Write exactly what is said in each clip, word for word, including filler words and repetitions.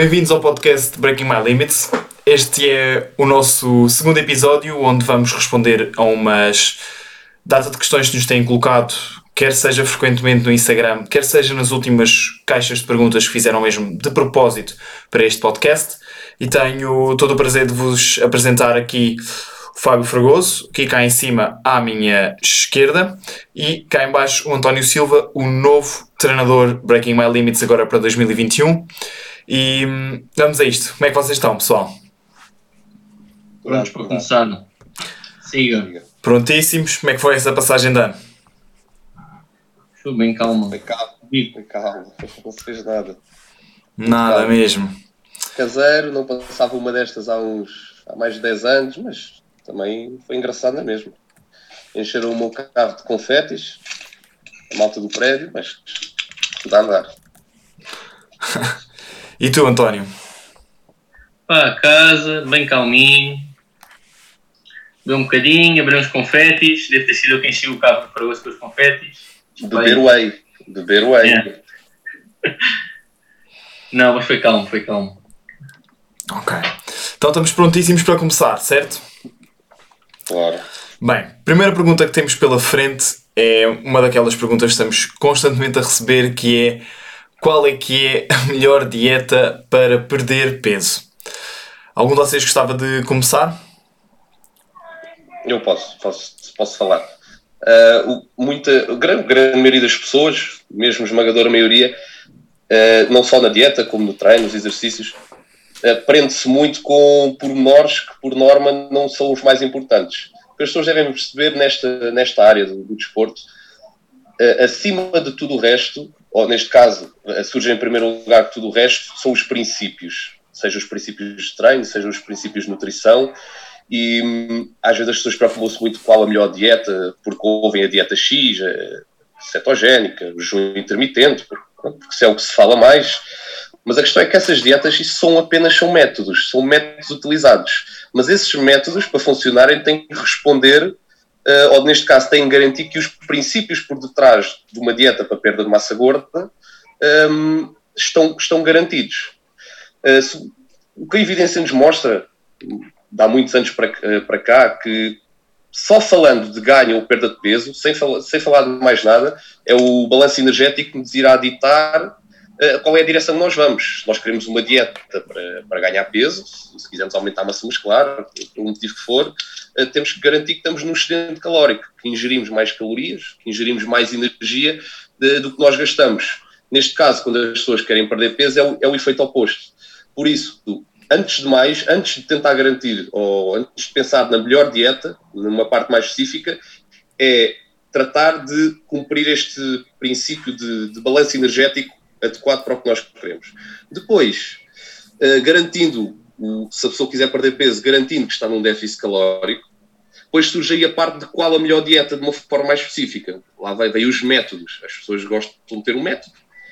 Bem-vindos ao podcast Breaking My Limits. Este é o nosso segundo episódio, onde vamos responder a umas data de questões que nos têm colocado, quer seja frequentemente no Instagram, quer seja nas últimas caixas de perguntas que fizeram mesmo de propósito para este podcast. E tenho todo o prazer de vos apresentar aqui o Fábio Fragoso, aqui cá em cima à minha esquerda, e cá em baixo o António Silva, o novo treinador Breaking My Limits agora para dois mil e vinte e um. E vamos a isto. Como é que vocês estão, pessoal? Prontos para começar. Siga. Prontíssimos. Como é que foi essa passagem de ano? Estou bem calmo. Bem calmo, bem calmo. Não se fez nada. Nada calmo. mesmo. Caseiro, não passava uma destas há uns há mais de dez anos, mas também foi engraçado na mesma. Encheram o meu carro de confetes, a malta do prédio, mas dá a andar. E tu, António? Para a casa, bem calminho. Beber um bocadinho, abrir uns confetes. Deve ter sido eu quem encheu o carro para os seus confetes. Beber whey. Beber whey. É. Não, mas foi calmo, foi calmo. Ok. Então estamos prontíssimos para começar, certo? Claro. Bem, primeira pergunta que temos pela frente é uma daquelas perguntas que estamos constantemente a receber, que é: qual é que é a melhor dieta para perder peso? Algum de vocês gostava de começar? Eu posso, posso, posso falar. Uh, o, muita, a grande, grande maioria das pessoas, mesmo esmagadora maioria, uh, não só na dieta, como no treino, nos exercícios, uh, prende-se muito com pormenores que, por norma, não são os mais importantes. O que as pessoas devem perceber nesta, nesta área do, do desporto, uh, acima de tudo o resto, ou neste caso, uh, surge em primeiro lugar tudo o resto, são os princípios. Seja os princípios de treino, seja os princípios de nutrição. E hum, às vezes as pessoas preocupam-se muito qual a melhor dieta, porque ouvem a dieta X, a cetogénica, o jejum intermitente, porque, porque isso é o que se fala mais. Mas a questão é que essas dietas isso são apenas são métodos, são métodos utilizados. Mas esses métodos, para funcionarem, têm que responder, uh, ou neste caso têm que garantir que os princípios por detrás de uma dieta para perda de massa gorda um, estão, estão garantidos. Uh, se, o que a evidência nos mostra, de há muitos anos para, para cá, que só falando de ganho ou perda de peso, sem, fala, sem falar de mais nada, é o balanço energético que nos irá ditar uh, qual é a direção que nós vamos. Se nós queremos uma dieta para, para ganhar peso, se, se quisermos aumentar a massa muscular, por um motivo que for, uh, temos que garantir que estamos num excedente calórico, que ingerimos mais calorias, que ingerimos mais energia de, do que nós gastamos. Neste caso, quando as pessoas querem perder peso, é o, é o efeito oposto. Por isso, antes de mais, antes de tentar garantir, ou antes de pensar na melhor dieta, numa parte mais específica, é tratar de cumprir este princípio de, de balanço energético adequado para o que nós queremos. Depois, uh, garantindo, uh, se a pessoa quiser perder peso, garantindo que está num déficit calórico, depois surge aí a parte de qual a melhor dieta de uma forma mais específica. Lá vem, vem os métodos. As pessoas gostam de ter um método.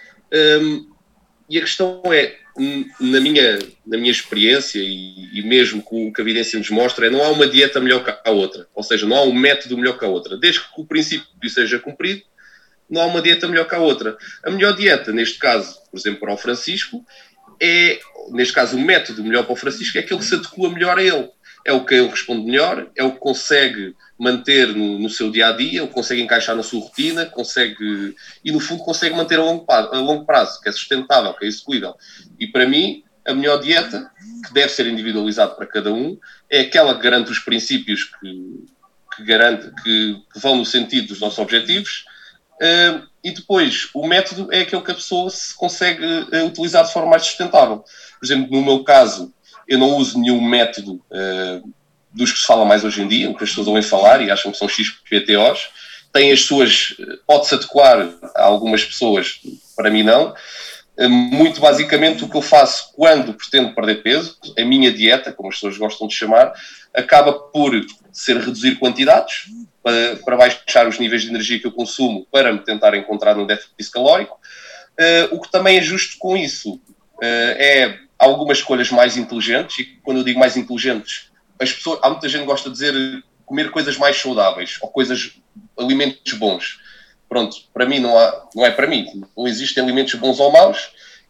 Um, e a questão é, na minha, na minha experiência e, e mesmo com o que a evidência nos mostra, é não há uma dieta melhor que a outra. Ou seja, não há um método melhor que a outra. Desde que o princípio seja cumprido, não há uma dieta melhor que a outra. A melhor dieta, neste caso, por exemplo, para o Francisco, é, neste caso, o método melhor para o Francisco é aquele que se adequa melhor a ele. É o que ele responde melhor, é o que consegue manter no, no seu dia-a-dia, o que consegue encaixar na sua rotina, consegue, e no fundo consegue manter a longo, a longo prazo, que é sustentável, que é execuível. E para mim, a melhor dieta, que deve ser individualizada para cada um, é aquela que garante os princípios que, que, garante, que, que vão no sentido dos nossos objetivos, uh, e depois o método é aquele que a pessoa se consegue uh, utilizar de forma mais sustentável. Por exemplo, no meu caso, eu não uso nenhum método uh, dos que se fala mais hoje em dia, o que as pessoas ouvem falar e acham que são X P T Os. Tem as suas... Pode-se adequar a algumas pessoas, para mim não. Uh, muito basicamente o que eu faço quando pretendo perder peso, a minha dieta, como as pessoas gostam de chamar, acaba por ser reduzir quantidades, para, para baixar os níveis de energia que eu consumo, para me tentar encontrar um déficit calórico. Uh, o que também é justo com isso uh, é algumas escolhas mais inteligentes, e quando eu digo mais inteligentes, as pessoas, há muita gente que gosta de dizer comer coisas mais saudáveis, ou coisas, alimentos bons. Pronto, para mim não, há, não é para mim, não existem alimentos bons ou maus,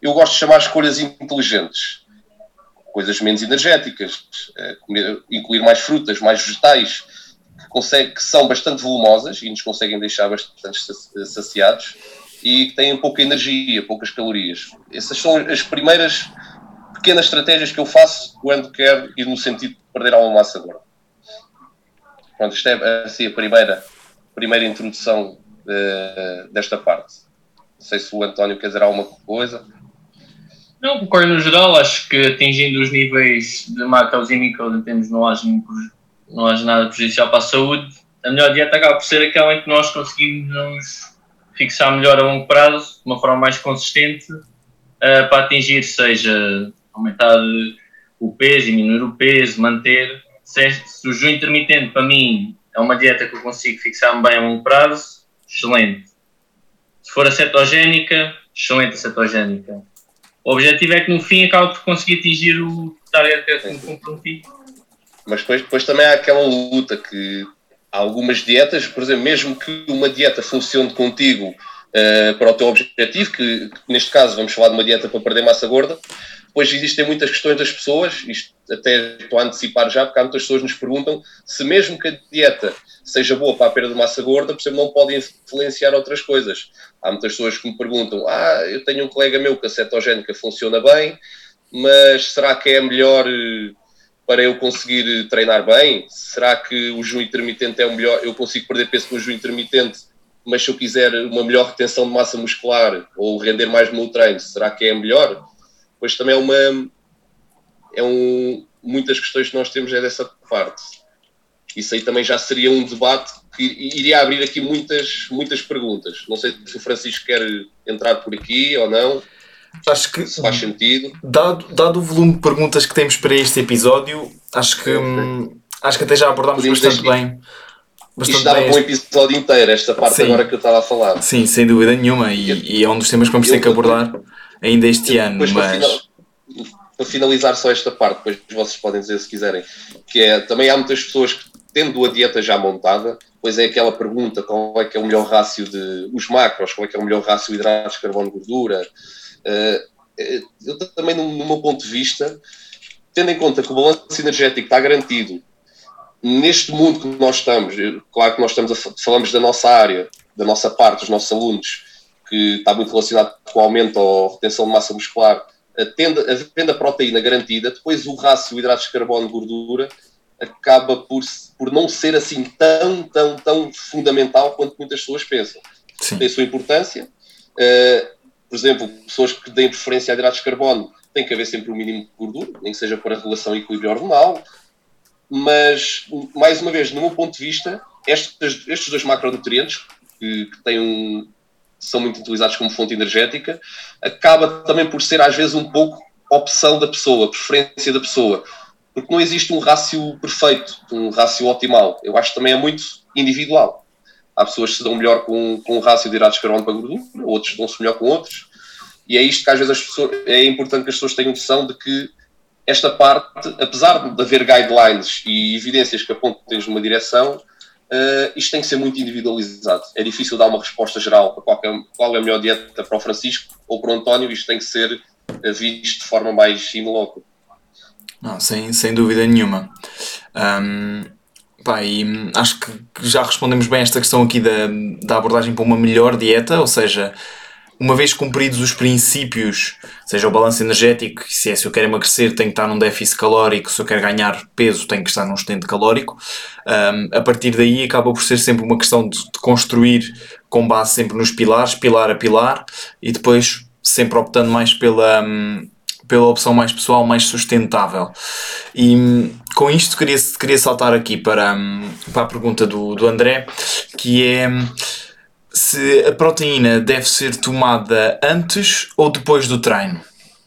eu gosto de chamar escolhas inteligentes. Coisas menos energéticas, comer, incluir mais frutas, mais vegetais, que, consegue, que são bastante volumosas e nos conseguem deixar bastante saciados e que têm pouca energia, poucas calorias. Essas são as primeiras pequenas estratégias que eu faço quando quero ir no sentido de perder alguma massa gorda. Pronto, isto é assim, a primeira, primeira introdução de, desta parte. Não sei se o António quer dizer alguma coisa. Não, concordo no geral, acho que atingindo os níveis de macros e micros em termos não haja, não haja nada prejudicial para a saúde, a melhor dieta acaba por ser aquela em que nós conseguimos nos fixar melhor a longo prazo, de uma forma mais consistente, uh, para atingir, seja aumentar o peso, diminuir o peso, manter. Se, se o jejum intermitente, para mim, é uma dieta que eu consigo fixar-me bem a longo prazo, excelente. Se for a cetogénica, excelente a cetogénica. O objetivo é que no fim acaba por conseguir atingir o target que me comprometi. Mas depois, depois também há aquela luta que há algumas dietas, por exemplo, mesmo que uma dieta funcione contigo uh, para o teu objetivo, que, que neste caso vamos falar de uma dieta para perder massa gorda, depois existem muitas questões das pessoas, isto até estou a antecipar já, porque há muitas pessoas que nos perguntam se mesmo que a dieta seja boa para a perda de massa gorda, por exemplo, não pode influenciar outras coisas. Há muitas pessoas que me perguntam, ah, eu tenho um colega meu que a cetogénica funciona bem, mas será que é melhor para eu conseguir treinar bem? Será que o jejum intermitente é o melhor? Eu consigo perder peso com o jejum intermitente, mas se eu quiser uma melhor retenção de massa muscular ou render mais no meu treino, será que é melhor? Pois também é uma... É um, muitas questões que nós temos é dessa parte. Isso aí também já seria um debate que iria abrir aqui muitas, muitas perguntas. Não sei se o Francisco quer entrar por aqui ou não. Acho que, se faz sentido. Dado, dado o volume de perguntas que temos para este episódio, acho que, hum, acho que até já abordámos Podemos bastante deixar, bem. Bastante isto dava bem para um este... episódio inteiro, esta parte Sim. agora que eu estava a falar. Sim, sem dúvida nenhuma. E, eu, e é um dos temas que vamos ter que abordar ainda este ano. Depois, mas... para, final, para finalizar só esta parte, depois vocês podem dizer se quiserem, que é, também há muitas pessoas que, tendo a dieta já montada, pois é aquela pergunta, qual é que é o melhor rácio de os macros, qual é que é o melhor rácio de hidratos, carbono, gordura. Eu também, no meu ponto de vista, tendo em conta que o balanço energético está garantido neste mundo que nós estamos, claro que nós estamos a, falamos da nossa área, da nossa parte, dos nossos alunos, que está muito relacionado com o aumento ou retenção de massa muscular, tendo, havendo a proteína garantida, depois o rácio hidratos de carbono, gordura, acaba por, por não ser assim tão, tão, tão fundamental quanto muitas pessoas pensam. Sim. Tem a sua importância. Uh, por exemplo, pessoas que deem preferência a hidratos de carbono, tem que haver sempre um mínimo de gordura, nem que seja para regulação e equilíbrio hormonal. Mas, mais uma vez, no meu ponto de vista, estes, estes dois macronutrientes, que, que têm um, são muito utilizados como fonte energética, acaba também por ser, às vezes, um pouco opção da pessoa, preferência da pessoa. Porque não existe um rácio perfeito, um rácio optimal. Eu acho que também é muito individual. Há pessoas que se dão melhor com, com um rácio de hidratos de carbono para gordura, outros dão-se melhor com outros. E é isto que às vezes as pessoas, é importante que as pessoas tenham noção de que esta parte, apesar de haver guidelines e evidências que apontem numa direção, uh, isto tem que ser muito individualizado. É difícil dar uma resposta geral para qualquer, qual é a melhor dieta para o Francisco ou para o António. Isto tem que ser visto de forma mais in loco. Não, sem, sem dúvida nenhuma. Um, pá, e acho que já respondemos bem esta questão aqui da, da abordagem para uma melhor dieta, ou seja, uma vez cumpridos os princípios, seja o balanço energético, se é se eu quero emagrecer tenho que estar num déficit calórico, se eu quero ganhar peso tenho que estar num excedente calórico, um, a partir daí acaba por ser sempre uma questão de, de construir com base sempre nos pilares, pilar a pilar, e depois sempre optando mais pela... Um, pela opção mais pessoal, mais sustentável. E com isto queria, queria saltar aqui para, para a pergunta do, do André, que é se a proteína deve ser tomada antes ou depois do treino?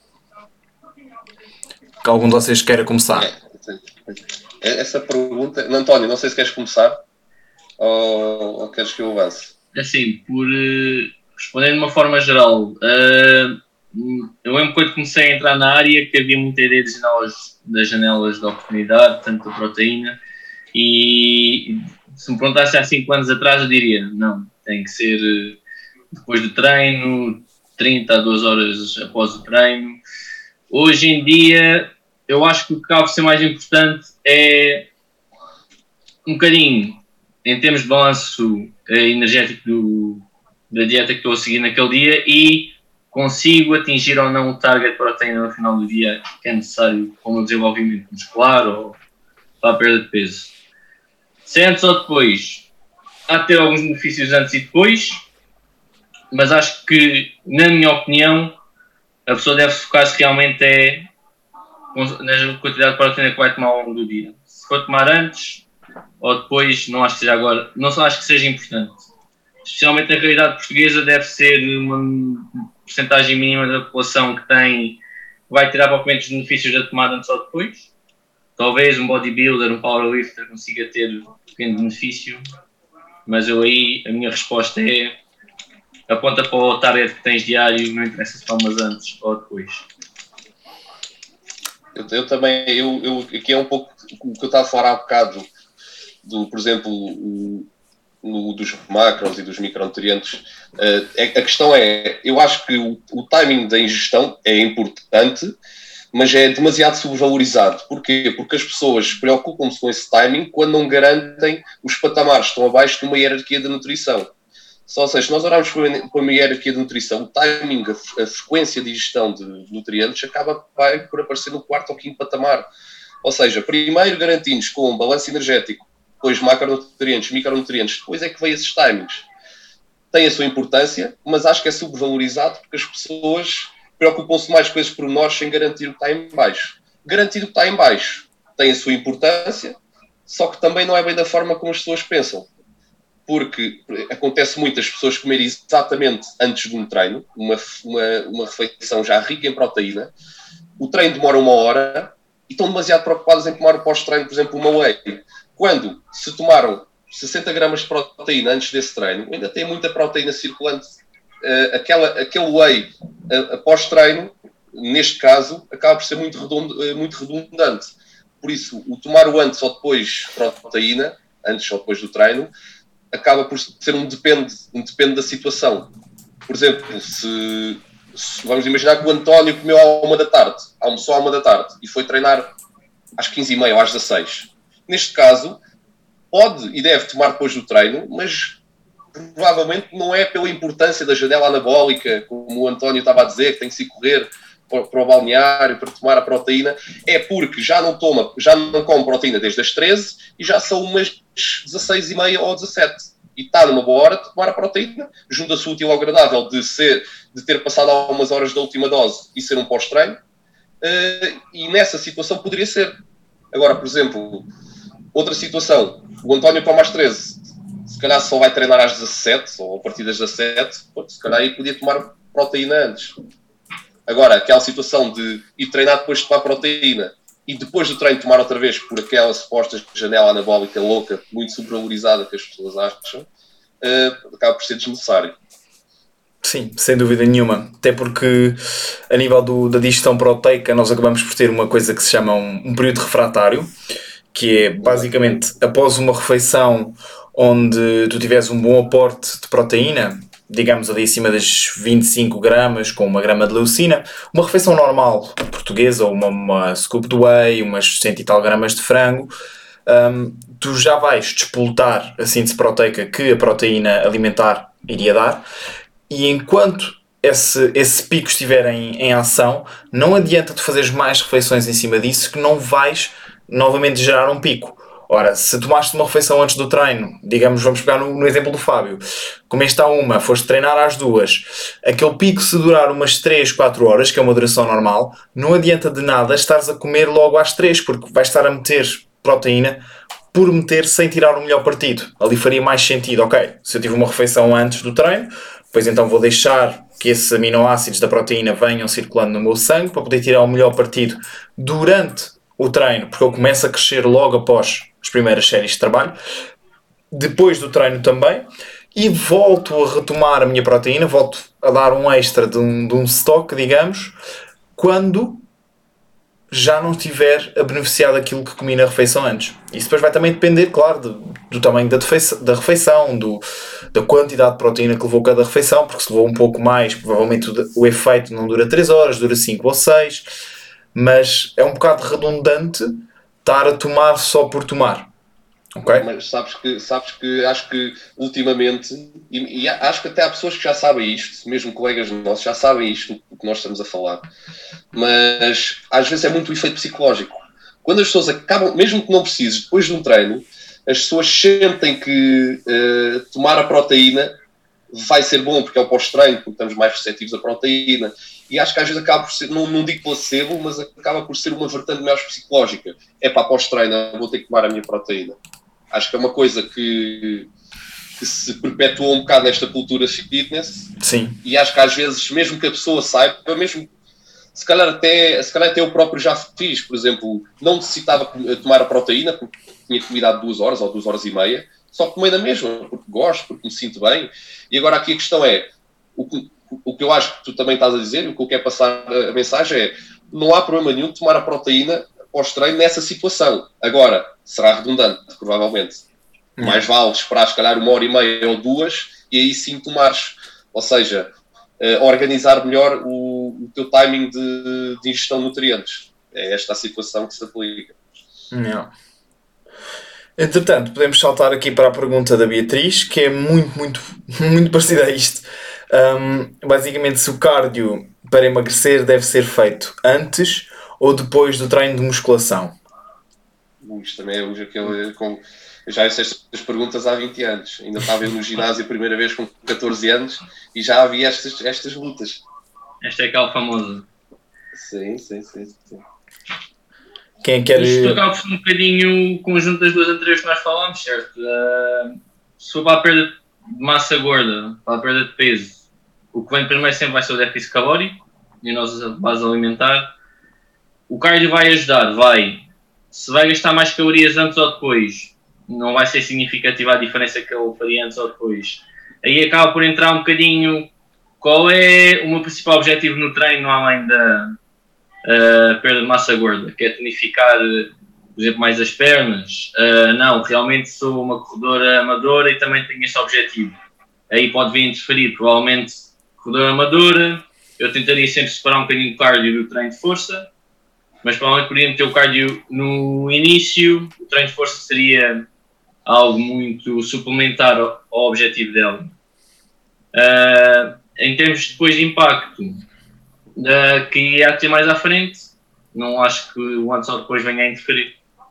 Que algum de vocês queira começar? É, essa pergunta... António, não sei se queres começar ou, ou queres que eu avance? Assim, por uh, responder de uma forma geral... Uh... Eu lembro quando comecei a entrar na área que havia muita ideia das janelas, das janelas de oportunidade, tanto da proteína, e se me perguntasse há cinco anos atrás eu diria, não, tem que ser depois do treino, trinta a duas horas após o treino. Hoje em dia, eu acho que o que acaba por ser mais importante é um bocadinho, em termos de balanço energético do, da dieta que estou a seguir naquele dia, e consigo atingir ou não o target de proteína no final do dia que é necessário para o meu desenvolvimento muscular ou para a perda de peso. Se antes ou depois, há de ter alguns benefícios antes e depois, mas acho que, na minha opinião, a pessoa deve focar-se realmente é na quantidade de proteína que vai tomar ao longo do dia. Se for tomar antes ou depois, não acho que seja agora, não só acho que seja importante. Especialmente na realidade portuguesa, deve ser uma porcentagem mínima da população que tem, vai tirar propriamente os benefícios da tomada antes ou depois. Talvez um bodybuilder, um powerlifter consiga ter um pequeno benefício, mas eu aí, a minha resposta é aponta para o target que tens diário, não interessa se tomas antes ou depois. Eu, eu também, eu, eu, aqui é um pouco o que eu estava a falar há bocado, do, por exemplo, o, o, dos macros e dos micronutrientes. Uh, é, a questão é, eu acho que o, o timing da ingestão é importante, mas é demasiado subvalorizado. Porquê? Porque as pessoas preocupam-se com esse timing quando não garantem os patamares que estão abaixo de uma hierarquia da nutrição. Só, ou seja, se nós olharmos para uma hierarquia de nutrição, o timing, a, a frequência de ingestão de nutrientes acaba vai por aparecer no quarto ou quinto patamar. Ou seja, primeiro garantimos com um balanço energético, depois macronutrientes, micronutrientes, depois é que vem esses timings. Tem a sua importância, mas acho que é subvalorizado porque as pessoas preocupam-se mais com esses pormenores sem garantir o que está em baixo. Garantir o que está em baixo tem a sua importância, só que também não é bem da forma como as pessoas pensam. Porque acontece muito as pessoas comerem exatamente antes de um treino, uma, uma, uma refeição já rica em proteína, o treino demora uma hora e estão demasiado preocupadas em tomar o pós-treino, por exemplo, uma whey. Quando se tomaram sessenta gramas de proteína antes desse treino, ainda tem muita proteína circulante. Uh, aquela, aquele whey uh, após treino, neste caso, acaba por ser muito, redondo, uh, muito redundante. Por isso, o tomar o antes ou depois proteína, antes ou depois do treino, acaba por ser um depende, um depende da situação. Por exemplo, se, se vamos imaginar que o António comeu à uma da tarde, almoçou à uma da tarde e foi treinar às quinze e meia ou às dezasseis. Neste caso, pode e deve tomar depois do treino, mas provavelmente não é pela importância da janela anabólica, como o António estava a dizer, que tem que se correr para, para o balneário para tomar a proteína, é porque já não toma, já não come proteína desde as treze e já são umas dezasseis e meia ou dezassete. E está numa boa hora de tomar a proteína, junta-se o útil ao agradável de, ser, de ter passado algumas horas da última dose e ser um pós-treino, uh, e nessa situação poderia ser. Agora, por exemplo, outra situação, o António toma às treze, se calhar só vai treinar às dezassete, ou a partir das dezassete, se calhar aí podia tomar proteína antes. Agora, aquela situação de ir treinar depois de tomar proteína e depois do treino tomar outra vez por aquela suposta janela anabólica louca, muito sobrevalorizada que as pessoas acham, uh, acaba por ser desnecessário. Sim, sem dúvida nenhuma. Até porque a nível do, da digestão proteica nós acabamos por ter uma coisa que se chama um, um período refratário, que é basicamente após uma refeição onde tu tiveres um bom aporte de proteína, digamos ali acima das vinte e cinco gramas, com uma grama de leucina, uma refeição normal portuguesa, ou uma, uma scoop de whey, umas cento e tal gramas de frango, um, tu já vais despoltar a síntese proteica que a proteína alimentar iria dar, e enquanto esse, esse pico estiver em, em ação, não adianta tu fazeres mais refeições em cima disso, que não vais novamente gerar um pico. Ora, se tomaste uma refeição antes do treino, digamos, vamos pegar no, no exemplo do Fábio, comeste à uma, foste treinar às duas, aquele pico se durar umas três, quatro horas, que é uma duração normal, não adianta de nada estares a comer logo às três, porque vais estar a meter proteína por meter sem tirar o melhor partido. Ali faria mais sentido, ok, se eu tive uma refeição antes do treino, depois então vou deixar que esses aminoácidos da proteína venham circulando no meu sangue para poder tirar o melhor partido durante o treino, porque eu começo a crescer logo após as primeiras séries de trabalho, depois do treino também, e volto a retomar a minha proteína, volto a dar um extra de um, de um stock, digamos, quando já não estiver a beneficiar daquilo que comi na refeição antes. Isso depois vai também depender, claro, do, do tamanho da, defeição, da refeição, do, da quantidade de proteína que levou cada refeição, porque se levou um pouco mais, provavelmente o, o efeito não dura três horas, dura cinco ou seis, mas é um bocado redundante estar a tomar só por tomar. Okay? Mas sabes que, sabes que acho que ultimamente, e, e acho que até há pessoas que já sabem isto, mesmo colegas nossos já sabem isto, o que nós estamos a falar, mas às vezes é muito o efeito psicológico. Quando as pessoas acabam, mesmo que não precises, depois de um treino, as pessoas sentem que uh, tomar a proteína vai ser bom, porque é o pós-treino, porque estamos mais receptivos à proteína, e acho que às vezes acaba por ser, não, não digo placebo, mas acaba por ser uma vertente mais psicológica. É para pós-treino, vou ter que tomar a minha proteína. Acho que é uma coisa que, que se perpetuou um bocado nesta cultura fitness. Sim. E acho que às vezes, mesmo que a pessoa saiba, mesmo, se calhar até, se calhar até eu próprio já fiz, por exemplo, não necessitava tomar a proteína, porque tinha comido há duas horas ou duas horas e meia, só tomei na mesma, porque gosto, porque me sinto bem. E agora aqui a questão é, o que, o que eu acho que tu também estás a dizer, e o que eu quero passar a mensagem é, não há problema nenhum de tomar a proteína pós-treino nessa situação. Agora, será redundante, provavelmente. Hum. Mais vale esperar, se calhar, uma hora e meia ou duas, e aí sim tomares. Ou seja, uh, organizar melhor o, o teu timing de, de ingestão de nutrientes. É esta a situação que se aplica. Não. Entretanto, podemos saltar aqui para a pergunta da Beatriz, que é muito, muito, muito parecida a isto. Um, basicamente, se o cardio para emagrecer deve ser feito antes ou depois do treino de musculação? Isto também é hoje aquele... Com, eu já fiz estas perguntas há vinte anos. Ainda estava eu no ginásio a primeira vez com catorze anos e já havia estas, estas lutas. Esta é aquela famosa. Sim, sim, sim. sim. Quem quer... Isto acaba por ser um bocadinho o conjunto das duas anteriores que nós falámos, certo? Uh, se for para a perda de massa gorda, para a perda de peso, o que vem primeiro sempre vai ser o déficit calórico e a nossa base alimentar. O cardio vai ajudar, vai. Se vai gastar mais calorias antes ou depois, não vai ser significativa a diferença que ele faria antes ou depois. Aí acaba por entrar um bocadinho qual é o meu principal objetivo no treino, além da uh, perda de massa gorda, que é tonificar, por exemplo, mais as pernas. Uh, não, realmente sou uma corredora amadora e também tenho esse objetivo. Aí pode vir interferir, provavelmente, corredora amadora. Eu tentaria sempre separar um bocadinho do cardio do treino de força, mas provavelmente poderia meter o cardio no início. O treino de força seria algo muito suplementar ao, ao objetivo dela. Uh, em termos depois de impacto, uh, que ia ter mais à frente, não acho que o antes ou depois venha a interferir.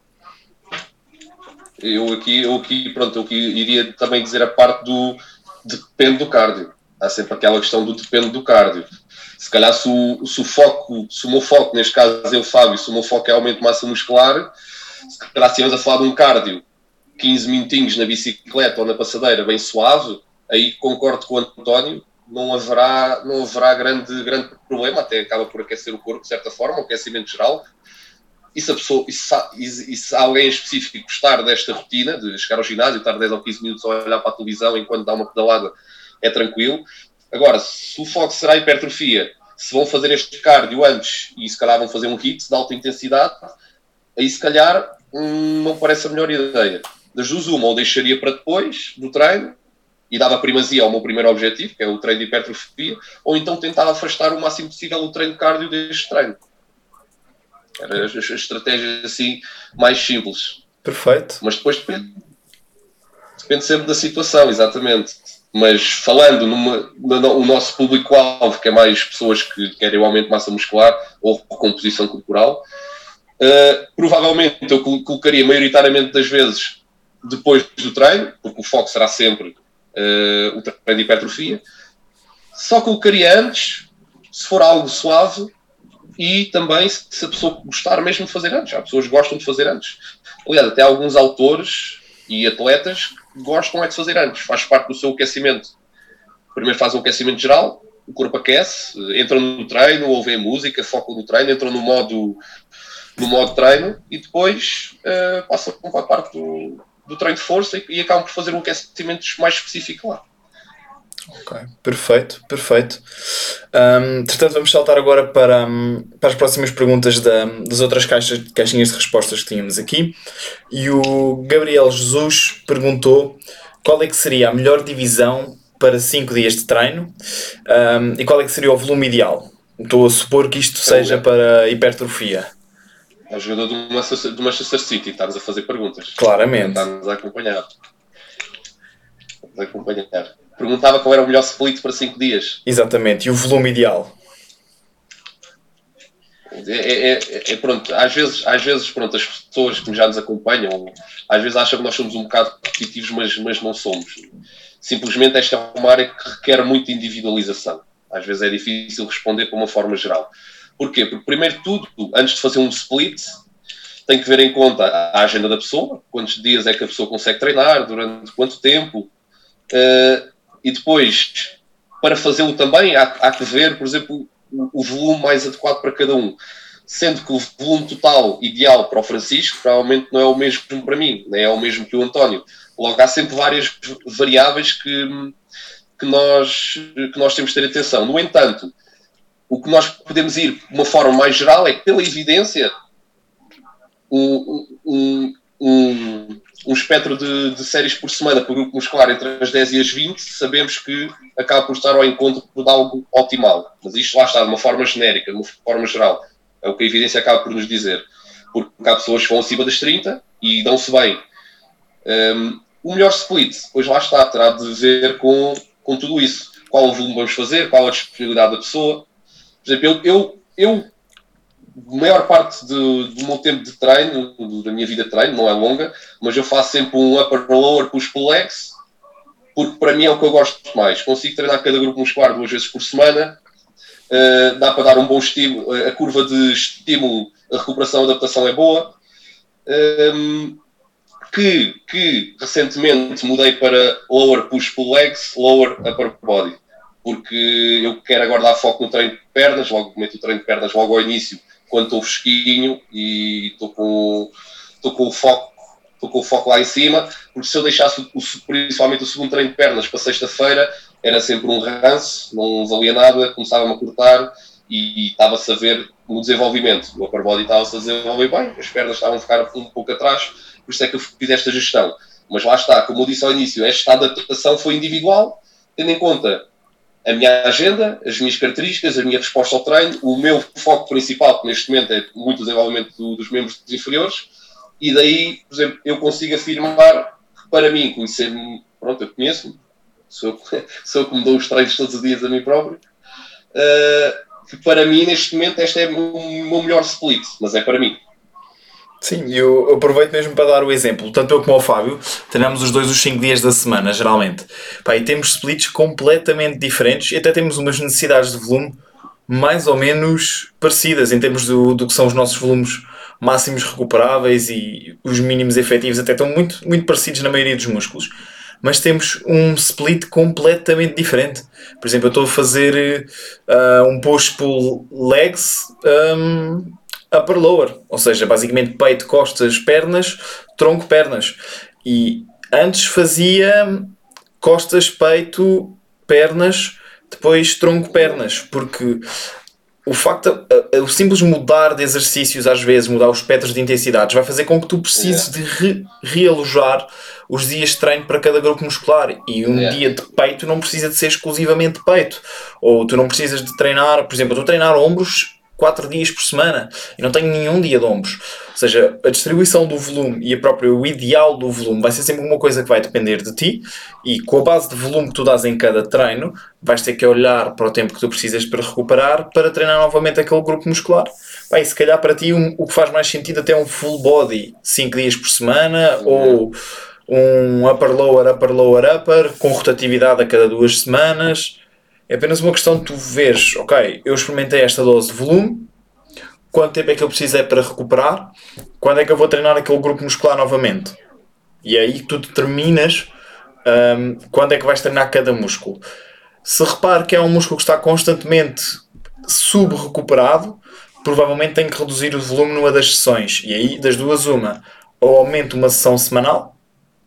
Eu aqui, eu aqui, pronto, eu aqui iria também dizer a parte do depende do cardio. Há sempre aquela questão do depende do cardio. Se calhar se o, se o foco, se o meu foco, neste caso eu, Fábio, se o meu foco é aumento de massa muscular, se calhar se a falar de um cardio, quinze minutinhos na bicicleta ou na passadeira, bem suave, aí concordo com o António, não haverá, não haverá grande, grande problema, até acaba por aquecer o corpo de certa forma, o aquecimento geral. E se, a pessoa, e, se, e se alguém específico gostar desta rotina, de chegar ao ginásio, estar dez ou quinze minutos a olhar para a televisão enquanto dá uma pedalada, é tranquilo. Agora, se o foco será a hipertrofia, se vão fazer este cardio antes e se calhar vão fazer um hit de alta intensidade, aí se calhar hum, não parece a melhor ideia. Das duas uma, ou deixaria para depois do treino e dava primazia ao meu primeiro objetivo, que é o treino de hipertrofia, ou então tentar afastar o máximo possível o treino de cardio deste treino. Eram as, as estratégias assim mais simples. Perfeito. Mas depois depende. Depende sempre da situação, exatamente. Mas falando numa, no, o nosso público-alvo, que é mais pessoas que querem o aumento de massa muscular ou composição corporal, uh, provavelmente eu colocaria maioritariamente das vezes depois do treino, porque o foco será sempre uh, o treino de hipertrofia. Só colocaria antes, se for algo suave, e também se a pessoa gostar mesmo de fazer antes. Há pessoas que gostam de fazer antes. Aliás, até alguns autores e atletas gostam é de fazer antes, faz parte do seu aquecimento. Primeiro faz um aquecimento geral, o corpo aquece, entram no treino, ouvem música, focam no treino, entram no modo, no modo treino e depois uh, passam para a parte do, do treino de força e, e acabam por fazer um aquecimento mais específico lá. Ok, perfeito, perfeito. Um, portanto, vamos saltar agora para, um, para as próximas perguntas da, das outras caixas, caixinhas de respostas que tínhamos aqui. E o Gabriel Jesus perguntou qual é que seria a melhor divisão para cinco dias de treino um, e qual é que seria o volume ideal? Estou a supor que isto seja para hipertrofia. É o jogador do Manchester, do Manchester City, está-nos a fazer perguntas. Claramente. Está-nos a acompanhar. Está-nos a acompanhar. Perguntava qual era o melhor split para cinco dias. Exatamente, e o volume ideal? É, é, é, é pronto, às vezes, às vezes pronto, as pessoas que já nos acompanham, às vezes acham que nós somos um bocado competitivos, mas, mas não somos. Simplesmente esta é uma área que requer muita individualização. Às vezes é difícil responder para uma forma geral. Porquê? Porque, primeiro de tudo, antes de fazer um split, tem que ver em conta a agenda da pessoa, quantos dias é que a pessoa consegue treinar, durante quanto tempo, uh, e depois, para fazê-lo também, há, há que ver, por exemplo, o, o volume mais adequado para cada um. Sendo que o volume total ideal para o Francisco provavelmente não é o mesmo para mim, nem é o mesmo que o António. Logo, há sempre várias variáveis que, que, nós, que nós temos de ter atenção. No entanto, o que nós podemos ir de uma forma mais geral é que, pela evidência, um, um, um, um espectro de, de séries por semana por grupo muscular entre as dez e as vinte, sabemos que acaba por estar ao encontro de algo optimal. Mas isto lá está, de uma forma genérica, de uma forma geral. É o que a evidência acaba por nos dizer. Porque há pessoas que vão acima das trinta e dão-se bem. Um, o melhor split, pois lá está, terá de ver com, com tudo isso. Qual o volume vamos fazer, qual a disponibilidade da pessoa. Por exemplo, eu, eu, eu a maior parte do, do meu tempo de treino, do, da minha vida de treino, não é longa, mas eu faço sempre um upper lower push pull legs, porque para mim é o que eu gosto mais. Consigo treinar cada grupo muscular duas vezes por semana, uh, dá para dar um bom estímulo, a curva de estímulo, a recuperação, a adaptação é boa. Um, que, que recentemente mudei para lower push pull legs, lower upper body. Porque eu quero agora dar foco no treino de pernas, logo meto o treino de pernas logo ao início, quando estou fresquinho e estou com, estou com, o foco, estou com o foco lá em cima, porque se eu deixasse o, principalmente o segundo treino de pernas para sexta-feira, era sempre um ranço, não valia nada, começava-me a cortar e estava-se a ver no desenvolvimento. O upper body estava-se a desenvolver bem, as pernas estavam a ficar um pouco atrás, por isso é que eu fiz esta gestão. Mas lá está, como eu disse ao início, esta adaptação foi individual, tendo em conta a minha agenda, as minhas características, a minha resposta ao treino, o meu foco principal, que neste momento é muito o desenvolvimento do, dos membros inferiores, e daí, por exemplo, eu consigo afirmar que para mim, conhecer-me, pronto, eu conheço-me, sou, sou eu que me dou os treinos todos os dias a mim próprio, uh, que para mim, neste momento, este é o meu melhor split, mas é para mim. Sim, eu aproveito mesmo para dar o exemplo. Tanto eu como o Fábio treinamos os dois os cinco dias da semana, geralmente. Pá, e temos splits completamente diferentes e até temos umas necessidades de volume mais ou menos parecidas em termos do, do que são os nossos volumes máximos recuperáveis e os mínimos efetivos até estão muito, muito parecidos na maioria dos músculos. Mas temos um split completamente diferente. Por exemplo, eu estou a fazer uh, um push-pull legs... Um, upper lower, ou seja, basicamente peito, costas, pernas, tronco, pernas. E antes fazia costas, peito, pernas, depois tronco, pernas, porque o facto, o simples mudar de exercícios, às vezes mudar os espectros de intensidades, vai fazer com que tu precises yeah. de re- realojar os dias de treino para cada grupo muscular. E um yeah. dia de peito não precisa de ser exclusivamente peito, ou tu não precisas de treinar, por exemplo, eu estou a treinar ombros quatro dias por semana e não tenho nenhum dia de ombros. Ou seja, a distribuição do volume e a própria, o ideal do volume vai ser sempre uma coisa que vai depender de ti, e com a base de volume que tu dás em cada treino vais ter que olhar para o tempo que tu precisas para recuperar para treinar novamente aquele grupo muscular. Bem, se calhar para ti um, o que faz mais sentido até é um full body cinco dias por semana, uhum. ou um upper lower, upper lower, upper com rotatividade a cada duas semanas. É apenas uma questão de tu veres, ok, eu experimentei esta dose de volume, quanto tempo é que eu preciso é para recuperar, quando é que eu vou treinar aquele grupo muscular novamente. E é aí que tu determinas um, quando é que vais treinar cada músculo. Se repare que é um músculo que está constantemente sub-recuperado, provavelmente tem que reduzir o volume numa das sessões. E aí, das duas, uma, ou aumenta uma sessão semanal,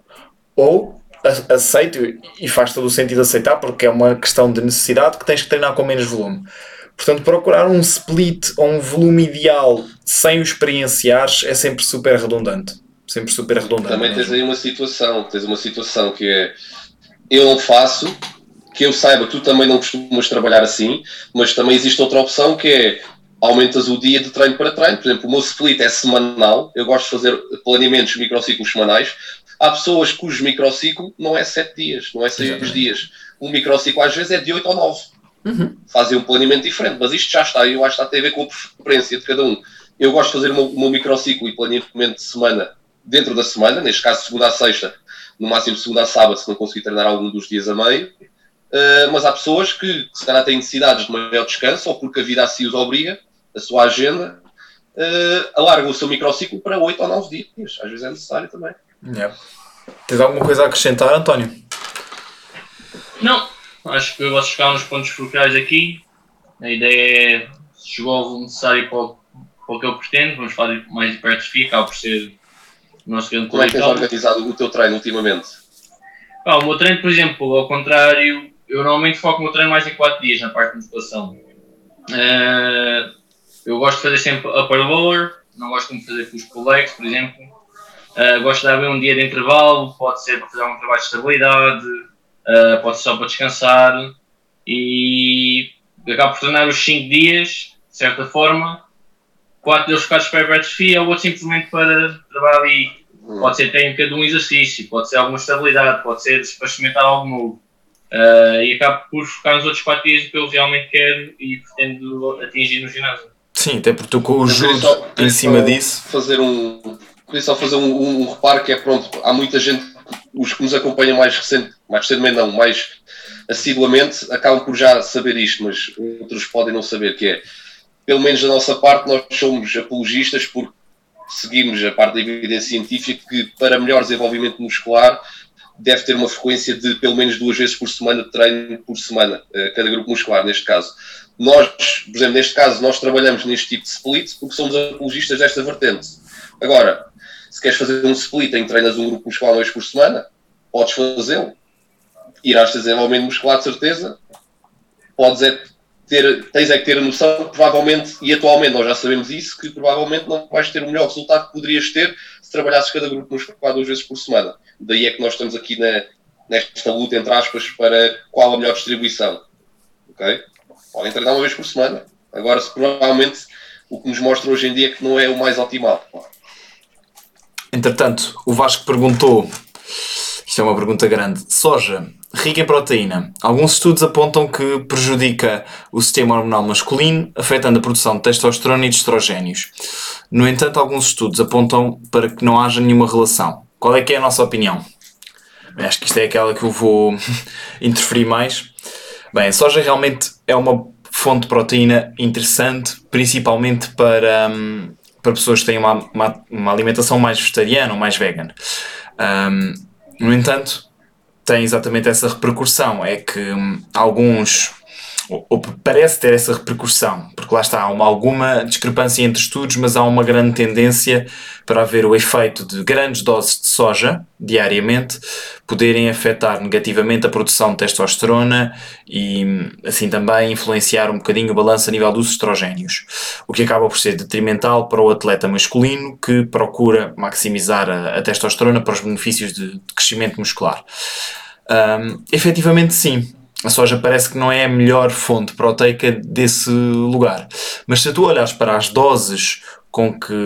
ou aceito, e faz todo o sentido aceitar, porque é uma questão de necessidade, que tens que treinar com menos volume. Portanto, procurar um split ou um volume ideal sem o experienciares é sempre super redundante. sempre super redundante. Também mesmo. tens aí uma situação, tens uma situação que é, eu não faço, que eu saiba, tu também não costumas trabalhar assim, mas também existe outra opção que é, aumentas o dia de treino para treino. Por exemplo, o meu split é semanal, eu gosto de fazer planeamentos microciclos semanais. Há pessoas cujo microciclo não é sete dias, não é seis Exatamente. dias. Um microciclo às vezes é de oito ou nove. Uhum. Fazem um planeamento diferente, mas isto já está, eu acho que está a ter a ver com a preferência de cada um. Eu gosto de fazer o meu, o meu microciclo e planeamento de semana dentro da semana, neste caso segunda a sexta, no máximo segunda a sábado, se não conseguir treinar algum dos dias a meio. Uh, mas há pessoas que, que se calhar têm necessidades de maior descanso, ou porque a vida assim os obriga, a sua agenda, uh, alargam o seu microciclo para oito ou nove dias. Às vezes é necessário também. Yeah. Tens alguma coisa a acrescentar, António? Não, acho que vocês ficaram nos pontos cruciais aqui. A ideia é, se chegou ao volume necessário para o, para o que eu pretendo, vamos falar mais hipertrofia, acaba por ser o nosso grande Como é que tens currículo. organizado o teu treino ultimamente? Ah, o meu treino, por exemplo, ao contrário, eu normalmente foco o meu treino mais em quatro dias na parte de musculação. Uh, eu gosto de fazer sempre upper lower, não gosto de fazer push pull legs, por exemplo. Uh, gosto de dar bem um dia de intervalo, pode ser para fazer um trabalho de estabilidade, uh, pode ser só para descansar. E acabo por treinar os cinco dias, de certa forma. quatro deles focados para a hipertrofia, o outro simplesmente para trabalhar ali. Pode ser técnica de um exercício, pode ser alguma estabilidade, pode ser para experimentar algo novo. Uh, e acabo por focar nos outros quatro dias que eu realmente quero e pretendo atingir no ginásio. Sim, até porque tu com o Eu queria judo só- queria em cima só disso. Fazer um, queria só fazer um, um, um reparo que é pronto, há muita gente, os que nos acompanham mais recente, mais recentemente não, mais assiduamente, acabam por já saber isto, mas outros podem não saber, que é, pelo menos da nossa parte, nós somos apologistas porque seguimos a parte da evidência científica que para melhor desenvolvimento muscular deve ter uma frequência de pelo menos duas vezes por semana de treino por semana, cada grupo muscular neste caso. Nós, por exemplo, neste caso, nós trabalhamos neste tipo de split porque somos apologistas desta vertente. Agora, se queres fazer um split em que treinas um grupo muscular uma vez por semana, podes fazê-lo. Irás ter desenvolvimento muscular de certeza, podes é ter, tens é que ter a noção que provavelmente, e atualmente nós já sabemos isso, que provavelmente não vais ter o melhor resultado que poderias ter se trabalhasses cada grupo muscular duas vezes por semana. Daí é que nós estamos aqui na, nesta luta, entre aspas, para qual a melhor distribuição. Ok? Podem treinar uma vez por semana. Agora, se provavelmente o que nos mostra hoje em dia é que não é o mais optimal. Entretanto, o Vasco perguntou, isto é uma pergunta grande, soja, rica em proteína. Alguns estudos apontam que prejudica o sistema hormonal masculino, afetando a produção de testosterona e de estrogénios. No entanto, alguns estudos apontam para que não haja nenhuma relação. Qual é que é a nossa opinião? Bem, acho que isto é aquela que eu vou interferir mais. Bem, a soja realmente é uma fonte de proteína interessante, principalmente para, um, para pessoas que têm uma, uma, uma alimentação mais vegetariana ou mais vegan. Um, no entanto, tem exatamente essa repercussão, é que hum, alguns, ou, ou parece ter essa repercussão, porque lá está, há uma, alguma discrepância entre estudos, mas há uma grande tendência para haver o efeito de grandes doses de soja, diariamente, poderem afetar negativamente a produção de testosterona e assim também influenciar um bocadinho o balanço a nível dos estrogénios, o que acaba por ser detrimental para o atleta masculino que procura maximizar a, a testosterona para os benefícios de, de crescimento muscular. Um, efetivamente sim, a soja parece que não é a melhor fonte proteica desse lugar, mas se tu olhares para as doses com que,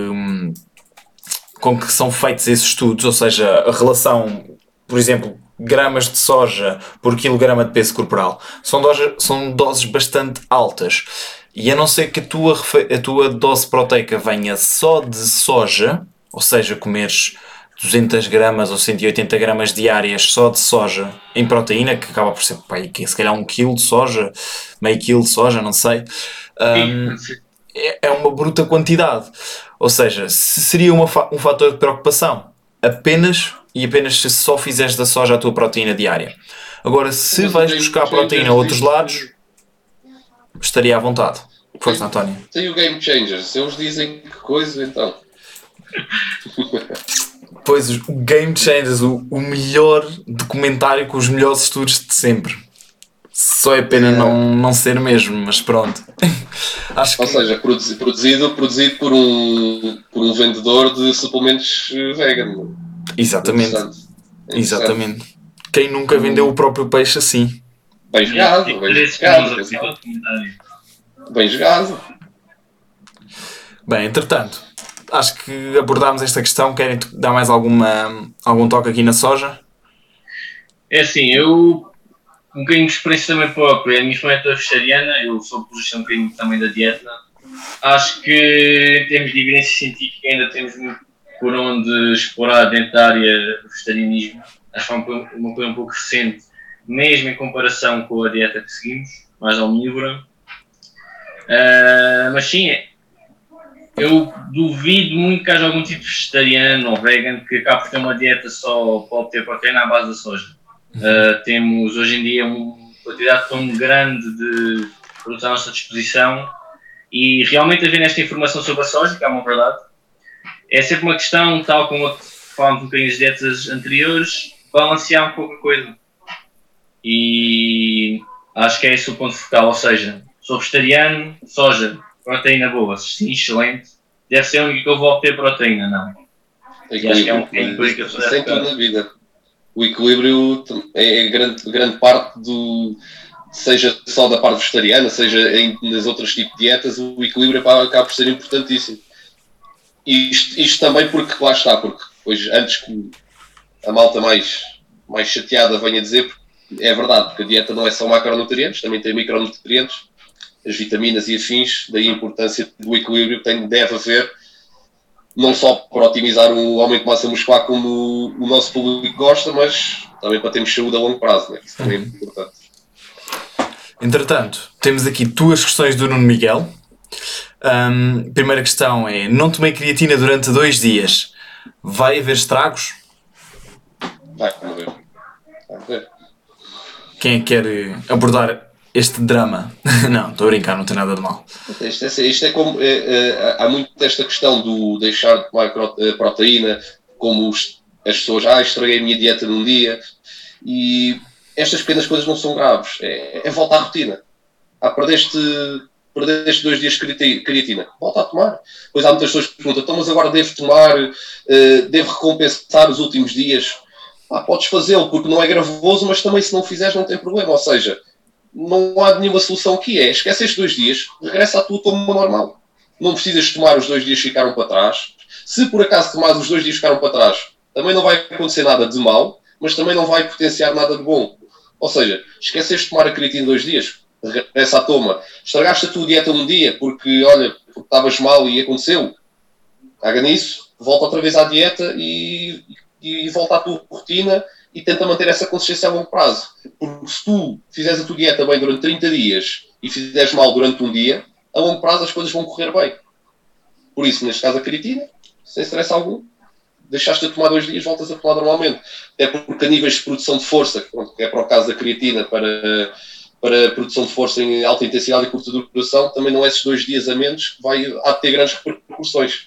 com que são feitos esses estudos, ou seja, a relação, por exemplo, gramas de soja por quilograma de peso corporal, são doses, são doses bastante altas, e a não ser que a tua, a tua dose proteica venha só de soja, ou seja, comeres duzentas gramas ou cento e oitenta gramas diárias só de soja em proteína, que acaba por ser pá, se calhar um quilo de soja, meio quilo de soja, não sei, um, é uma bruta quantidade. Ou seja, seria uma, um fator de preocupação apenas e apenas se só fizeres da soja a tua proteína diária. Agora, se vais buscar proteína a outros lados, estaria à vontade. Força, António. Tem o Game Changers, eles dizem que coisa então. Pois, o Game Changers, o, o melhor documentário com os melhores estudos de sempre. Só é pena não, não ser mesmo, mas pronto. Acho Ou que... seja, produzi- produzido, produzido por, um, por um vendedor de suplementos vegan. Exatamente. Interessante. Interessante. Exatamente. Quem nunca vendeu o próprio peixe assim? Bem jogado, bem jogado. Bem jogado. Bem, entretanto, acho que abordámos esta questão. Querem dar mais alguma, algum toque aqui na soja? É assim, eu um bocadinho de experiência também própria. A minha família é vegetariana, eu sou posição um bocadinho também da dieta. Acho que em termos de evidência científica ainda temos muito por onde explorar dentro da área do vegetarianismo. Acho que é uma, uma coisa um pouco recente, mesmo em comparação com a dieta que seguimos, mais omnívora. Uh, mas sim, eu duvido muito que haja algum tipo de vegetariano ou vegan que acabe por ter uma dieta só para obter proteína à base da soja. Uh, temos hoje em dia uma quantidade tão grande de produtos à nossa disposição e realmente haver esta informação sobre a soja, que é uma verdade, é sempre uma questão, tal como a que falámos um bocadinho das dietas anteriores, balancear um pouco a coisa. E acho que é esse o ponto focal, ou seja, sou vegetariano, soja, proteína boa, sim, excelente, deve ser o único que eu vou obter proteína, não. E acho que é um equilíbrio que a pessoa deve tudo na vida. O equilíbrio é grande, grande parte do, seja só da parte vegetariana, seja em, nas outras tipos de dietas, o equilíbrio acaba por ser importantíssimo. E isto, isto também porque, lá está, porque hoje, antes que a malta mais, mais chateada venha dizer, é verdade, porque a dieta não é só macronutrientes, também tem micronutrientes, as vitaminas e afins, daí a importância do equilíbrio que tem, deve haver, não só para otimizar o aumento de massa muscular como o nosso público gosta, mas também para termos saúde a longo prazo, né? Isso também é importante. Entretanto, temos aqui duas questões do Nuno Miguel. Um, primeira questão é: não tomei creatina durante dois dias. Vai haver estragos? Vai, vamos ver. Vamos ver. Quem é que quer abordar este drama? Não, estou a brincar, não tem nada de mal. Isto é, isto é como é, é, há muito esta questão do deixar de tomar proteína, como os, as pessoas, ah, estraguei a minha dieta num dia, e estas pequenas coisas não são graves, é, é voltar à rotina. Ah, perdeste, perdeste dois dias de creatina, volta a tomar. Pois há muitas pessoas que perguntam, então mas agora devo tomar, uh, devo recompensar os últimos dias? Ah, podes fazê-lo, porque não é gravoso, mas também se não fizeres não tem problema, ou seja, não há nenhuma solução que é. Esquece estes dois dias, regressa à tua toma normal. Não precisas tomar os dois dias que ficaram para trás. Se por acaso tomares os dois dias que ficaram para trás, também não vai acontecer nada de mal, mas também não vai potenciar nada de bom. Ou seja, esqueceste de tomar a creatina dois dias, regressa à toma. Estragaste a tua dieta um dia porque, olha, porque estavas mal e aconteceu. Caga nisso, volta outra vez à dieta e, e, e volta à tua rotina e tenta manter essa consistência a longo prazo. Porque se tu fizeres a tua dieta bem durante trinta dias e fizeres mal durante um dia, a longo prazo as coisas vão correr bem. Por isso, neste caso, a creatina, sem stress algum, deixaste de tomar dois dias, voltas a tomar normalmente. Até porque a níveis de produção de força, que é para o caso da creatina, para, para produção de força em alta intensidade e curta duração, também não é esses dois dias a menos que vai, há de ter grandes repercussões.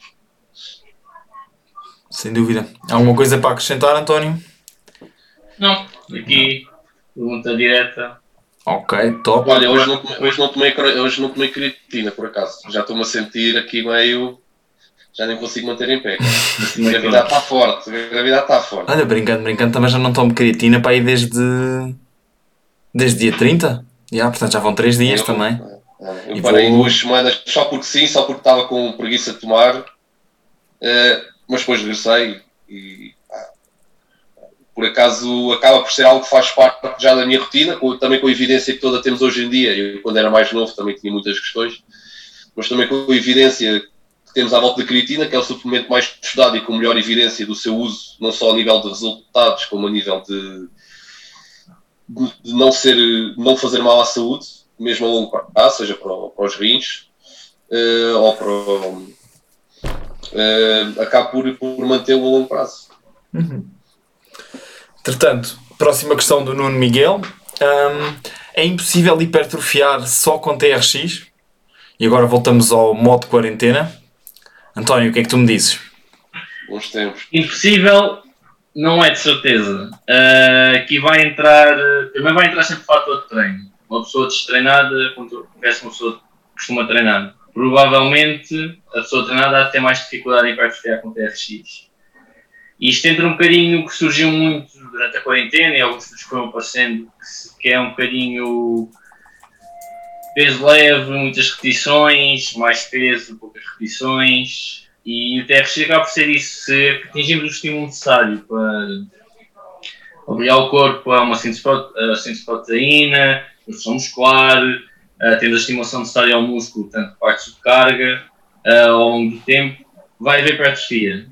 Sem dúvida. Há alguma coisa para acrescentar, António? Não, aqui, pergunta direta. Ok, top. Olha, hoje não, hoje não, tomei, hoje não tomei creatina, por acaso. Já estou-me a sentir aqui meio... Já nem consigo manter em pé. A gravidade está forte. A gravidade está forte. Olha, brincando, brincando, também já não tomo creatina para aí desde... Desde dia trinta. Yeah, portanto já vão três dias eu, também. Eu e parei vou... duas semanas só porque sim, só porque estava com preguiça de tomar. Uh, mas depois regressei e... Por acaso acaba por ser algo que faz parte já da minha rotina, com, também com a evidência que toda temos hoje em dia. Eu, quando era mais novo, também tinha muitas questões, mas também com a evidência que temos à volta da creatina, que é o suplemento mais estudado e com melhor evidência do seu uso, não só a nível de resultados, como a nível de, de, de não, ser, não fazer mal à saúde, mesmo a longo prazo, seja para, para os rins, uh, ou para o, uh, acaba por, por mantê-lo a longo prazo. Uhum. Entretanto, próxima questão do Nuno Miguel. Um, é impossível hipertrofiar só com T R X? E agora voltamos ao modo quarentena. António, o que é que tu me dizes? Bons tempos. Impossível não é de certeza. Uh, aqui vai entrar... Também vai entrar sempre o fator de treino. uma pessoa destreinada versus uma pessoa que costuma treinar. Provavelmente a pessoa treinada há de ter mais dificuldade em hipertrofiar com T R X. E isto entra um bocadinho no que surgiu muito durante a quarentena e alguns estudos que foram aparecendo, que é um bocadinho peso leve, muitas repetições, mais peso, poucas repetições. E o T R X acaba por ser isso, se atingirmos o estímulo necessário para obrigar o corpo a uma síntese de proteína, produção muscular, uh, tendo a estimulação necessária ao músculo, tanto partes de carga, uh, ao longo do tempo, vai haver hipertrofia.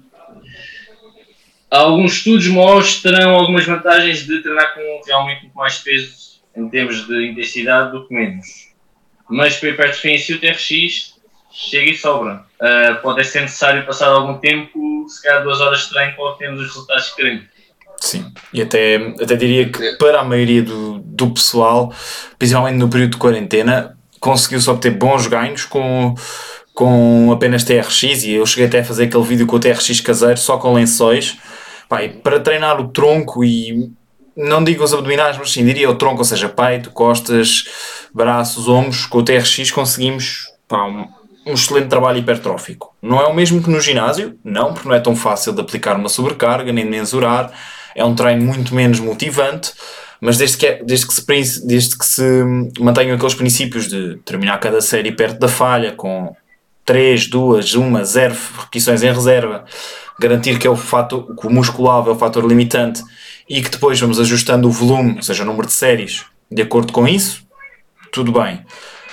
Alguns estudos mostram algumas vantagens de treinar com realmente muito mais peso em termos de intensidade do que menos. Mas para a hipertrofia em si, o T R X chega e sobra. Uh, pode ser necessário passar algum tempo, se calhar duas horas de treino, para obtermos os resultados que queremos. Sim, e até, até diria que para a maioria do, do pessoal, principalmente no período de quarentena, conseguiu-se obter bons ganhos com, com apenas T R X, e eu cheguei até a fazer aquele vídeo com o T R X caseiro, só com lençóis. Pai, para treinar o tronco e, não digo os abdominais, mas sim diria o tronco, ou seja, peito, costas, braços, ombros, com o T R X conseguimos pá, um, um excelente trabalho hipertrófico. Não é o mesmo que no ginásio, não, porque não é tão fácil de aplicar uma sobrecarga, nem de mensurar, é um treino muito menos motivante, mas desde que, é, desde que, se, desde que se mantenham aqueles princípios de terminar cada série perto da falha, com três, duas, uma, zero repetições em reserva, garantir que, é o fator, que o musculável é o fator limitante e que depois vamos ajustando o volume, ou seja, o número de séries, de acordo com isso, tudo bem.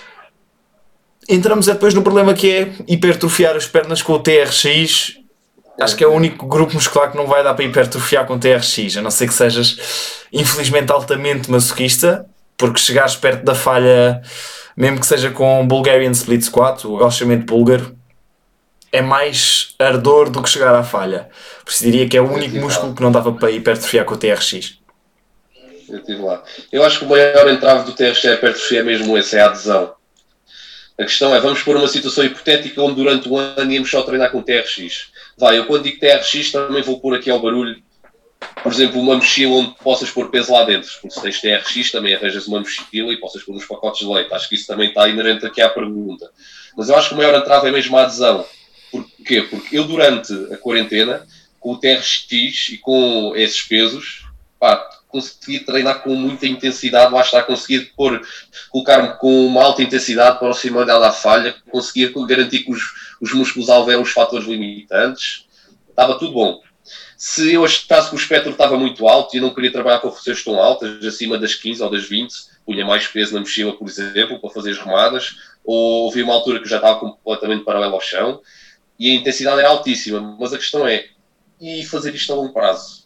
Entramos depois no problema que é hipertrofiar as pernas com o T R X. Acho que é o único grupo muscular que não vai dar para hipertrofiar com T R X, a não ser que sejas infelizmente altamente masoquista, porque chegares perto da falha, mesmo que seja com Bulgarian Split Squat, o agachamento búlgaro, é mais ardor do que chegar à falha. Por isso diria que é o único músculo que não dava para hipertrofiar com o T R X. Eu estive lá. Eu acho que o maior entrave do T R X é a hipertrofia, é mesmo esse, é a adesão. A questão é, vamos pôr uma situação hipotética onde durante um ano íamos só treinar com T R X. Vai, eu quando digo T R X também vou pôr aqui ao barulho, por exemplo, uma mochila onde possas pôr peso lá dentro. Porque se tens T R X também arranjas uma mochila e possas pôr uns pacotes de leite. Acho que isso também está inerente aqui à pergunta. Mas eu acho que o maior entrave é mesmo a adesão. Porquê? Porque eu durante a quarentena, com o T R X e com esses pesos, pá, consegui treinar com muita intensidade, lá está, consegui pôr, colocar-me com uma alta intensidade para proximidade à falha, conseguia garantir que os, os músculos alvo eram os fatores limitantes, estava tudo bom. Se eu achasse que o espectro estava muito alto e eu não queria trabalhar com forças tão altas, acima das quinze ou das vinte, punha mais peso na mochila, por exemplo, para fazer as remadas, ou havia uma altura que já estava completamente paralelo ao chão, e a intensidade era altíssima, mas a questão é, e fazer isto a longo prazo?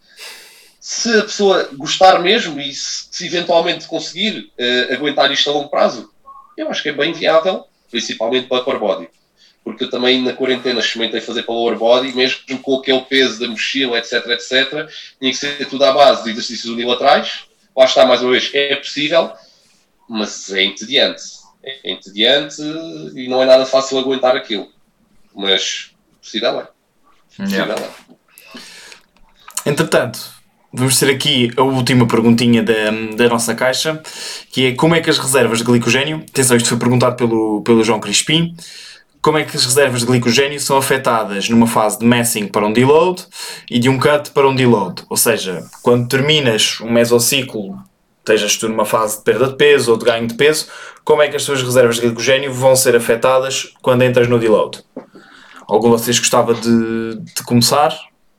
Se a pessoa gostar mesmo e se, se eventualmente conseguir uh, aguentar isto a longo prazo, eu acho que é bem viável, principalmente para upper body. Porque eu também na quarentena experimentei fazer para lower body, mesmo com aquele peso da mochila, etc, etcétera. Tinha que ser tudo à base de exercícios unilaterais. Lá está, mais uma vez, é possível, mas é entediante. É entediante e não é nada fácil aguentar aquilo. Mas possível é. Possível Yeah. é. Entretanto, vamos ter aqui a última perguntinha da, da nossa caixa, que é como é que as reservas de glicogênio, atenção, isto foi perguntado pelo, pelo João Crispim, como é que as reservas de glicogênio são afetadas numa fase de massing para um deload e de um cut para um deload, ou seja, quando terminas um mesociclo, estejas tu numa fase de perda de peso ou de ganho de peso, como é que as tuas reservas de glicogênio vão ser afetadas quando entras no deload? Algum de vocês gostava de, de começar?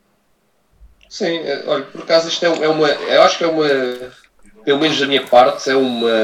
Sim, olha, por acaso isto é, é uma, eu acho que é uma, pelo menos da minha parte, é uma,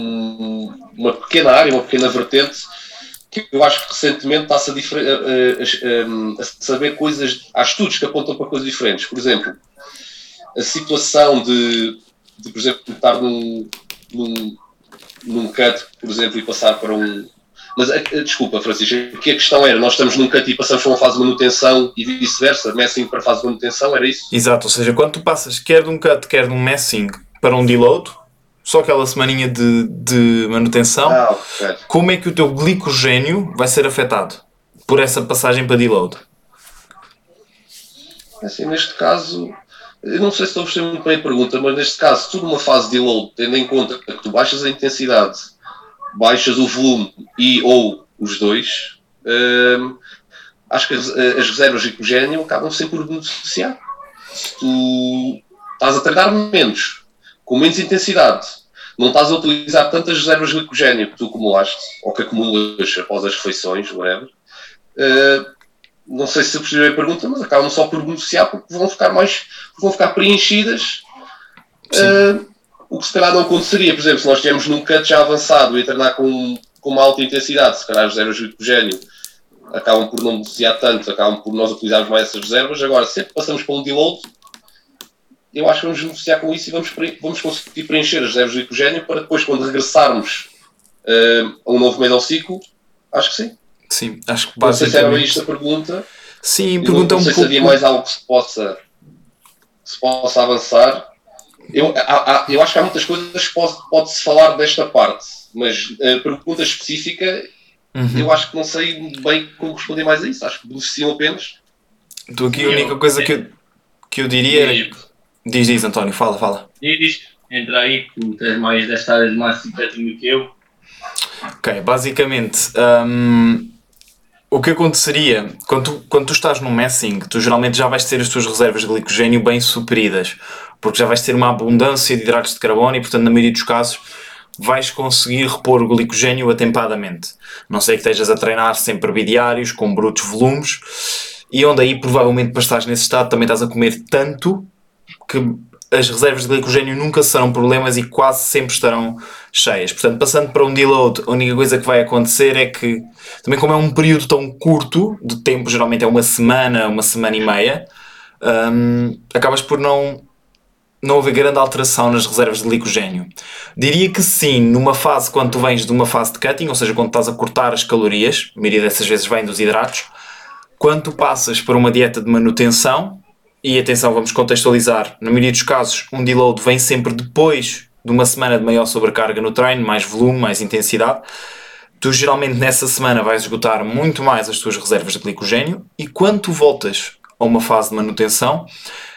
uma pequena área, uma pequena vertente, que eu acho que recentemente está-se a, difer- a, a, a, a saber coisas, há estudos que apontam para coisas diferentes. Por exemplo, a situação de, de por exemplo, estar num, num, num cut, por exemplo, e passar para um... Mas, desculpa, Francisco, aqui a questão era, nós estamos num cut e passamos para uma fase de manutenção e vice-versa, massing para a fase de manutenção, era isso? Exato, ou seja, quando tu passas quer de um cut, quer de um massing para um deload, só aquela semaninha de, de manutenção, ah, okay. Como é que o teu glicogênio vai ser afetado por essa passagem para deload? Assim, neste caso, Eu não sei se estou a perceber muito bem a pergunta, mas neste caso, tu numa fase de deload, tendo em conta que tu baixas a intensidade, baixas o volume e ou os dois, hum, acho que as, as reservas de glicogênio acabam sempre por beneficiar. Se tu estás a treinar menos, com menos intensidade, não estás a utilizar tantas reservas de glicogênio que tu acumulaste, ou que acumulas após as refeições, whatever, uh, não sei se percebi a pergunta, mas acabam só por beneficiar porque vão ficar mais, vão ficar preenchidas. Uh, o que se calhar não aconteceria, por exemplo, se nós estivermos num cut já avançado e a treinar com, com uma alta intensidade, se calhar as reservas de glicogênio acabam por não beneficiar tanto, acabam por nós utilizarmos mais essas reservas. Agora, sempre passamos para um deload, eu acho que vamos beneficiar com isso e vamos, vamos conseguir preencher as reservas de glicogênio para depois, quando regressarmos uh, a um novo meio ao ciclo, acho que sim. Sim, acho que basicamente... Não sei se era basicamente... isto a pergunta. Sim, Eu pergunta não um sei pouco... se havia mais algo que se possa, que se possa avançar. Eu, há, há, eu acho que há muitas coisas que pode, pode-se falar desta parte, mas a pergunta específica, Uhum. eu acho que não sei bem como responder mais a isso. Acho que beneficiam apenas. Tu aqui a única coisa que eu, que eu diria era... Diz, diz, António, fala, fala. Diz, entra aí, que tu tens mais desta área de marketing do que eu. Ok, basicamente, um, o que aconteceria, quando tu, quando tu estás no messing, tu geralmente já vais ter as tuas reservas de glicogênio bem supridas, porque já vais ter uma abundância de hidratos de carbono e, portanto, na maioria dos casos, vais conseguir repor o glicogênio atempadamente. Não sei que estejas a treinar sempre bidiários, com brutos volumes, e onde aí, provavelmente, para estares nesse estado, também estás a comer tanto que as reservas de glicogênio nunca serão problemas e quase sempre estarão cheias. Portanto, passando para um deload, a única coisa que vai acontecer é que, também como é um período tão curto de tempo, geralmente é uma semana, uma semana e meia, um, acabas por não, não haver grande alteração nas reservas de glicogênio. Diria que sim, numa fase, quando tu vens de uma fase de cutting, ou seja, quando estás a cortar as calorias, a maioria dessas vezes vem dos hidratos, quando tu passas por uma dieta de manutenção, e atenção, vamos contextualizar, na maioria dos casos um deload vem sempre depois de uma semana de maior sobrecarga no treino, mais volume, mais intensidade. Tu geralmente nessa semana vais esgotar muito mais as tuas reservas de glicogênio e quando tu voltas a uma fase de manutenção,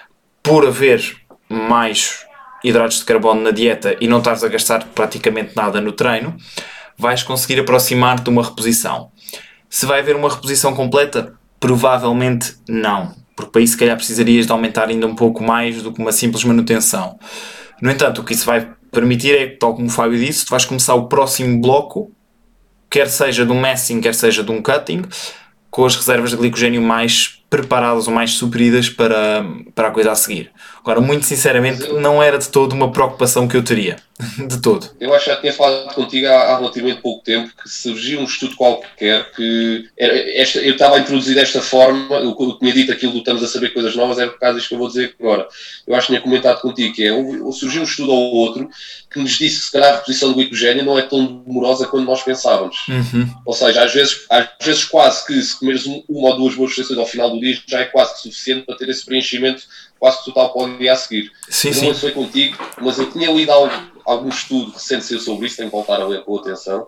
por haver mais hidratos de carbono na dieta e não estás a gastar praticamente nada no treino, vais conseguir aproximar-te de uma reposição. Se vai haver uma reposição completa? Provavelmente não. Porque para isso, se calhar, precisarias de aumentar ainda um pouco mais do que uma simples manutenção. No entanto, o que isso vai permitir é, tal como o Fábio disse, tu vais começar o próximo bloco, quer seja de um messing, quer seja de um cutting, com as reservas de glicogênio mais preparadas ou mais supridas para, para a coisa a seguir. Agora, muito sinceramente, eu... não era de todo uma preocupação que eu teria. De todo. Eu acho que já tinha falado contigo há, há relativamente pouco tempo que surgiu um estudo qualquer que era esta, eu estava a introduzir desta forma, eu, eu tinha dito aquilo do estamos a saber coisas novas, é por causa disto que eu vou dizer agora. Eu acho que tinha comentado contigo que é, surgiu um estudo ou outro que nos disse que se calhar a reposição do glicogênio não é tão demorosa quanto nós pensávamos. Uhum. Ou seja, às vezes, às vezes quase que se comeres uma ou duas boas refeições ao final do dia já é quase que suficiente para ter esse preenchimento quase total para o dia a seguir. Sim, eu sim. não sei contigo, mas eu tinha lido algo, algum estudo recente seu sobre isso, tenho que voltar a ler com atenção,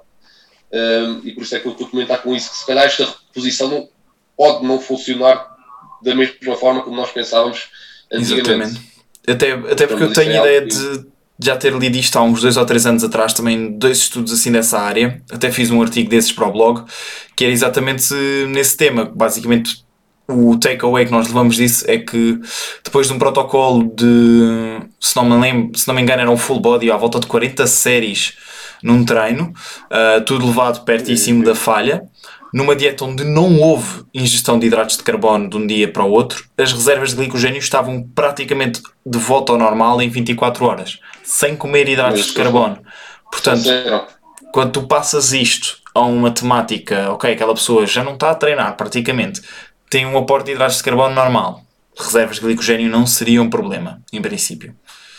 um, e por isso é que eu estou a comentar com isso, que se calhar esta reposição não, pode não funcionar da mesma forma como nós pensávamos antigamente. Exatamente. Até, até porque então, eu tenho é ideia que... de já ter lido isto há uns dois ou três anos atrás, também dois estudos assim dessa área, até fiz um artigo desses para o blog, que era exatamente nesse tema, basicamente o takeaway que nós levamos disso é que depois de um protocolo de, se não me lembro, se não me engano era um full body à volta de quarenta séries num treino, uh, tudo levado pertíssimo da falha, numa dieta onde não houve ingestão de hidratos de carbono de um dia para o outro, as reservas de glicogênio estavam praticamente de volta ao normal em vinte e quatro horas, sem comer hidratos de carbono. Portanto, quando tu passas isto a uma temática, ok, aquela pessoa já não está a treinar praticamente, tem um aporte de hidratos de carbono normal, reservas de glicogênio não seriam um problema, em princípio.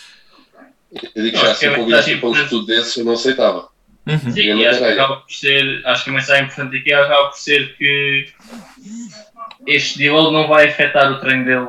Eu digo que já se eu convidasse para um estudo desses, eu não aceitava. Uhum. Sim, e acho que acaba por ser, acho que a mensagem importante aqui acaba por ser que este deload não vai afetar o treino dele.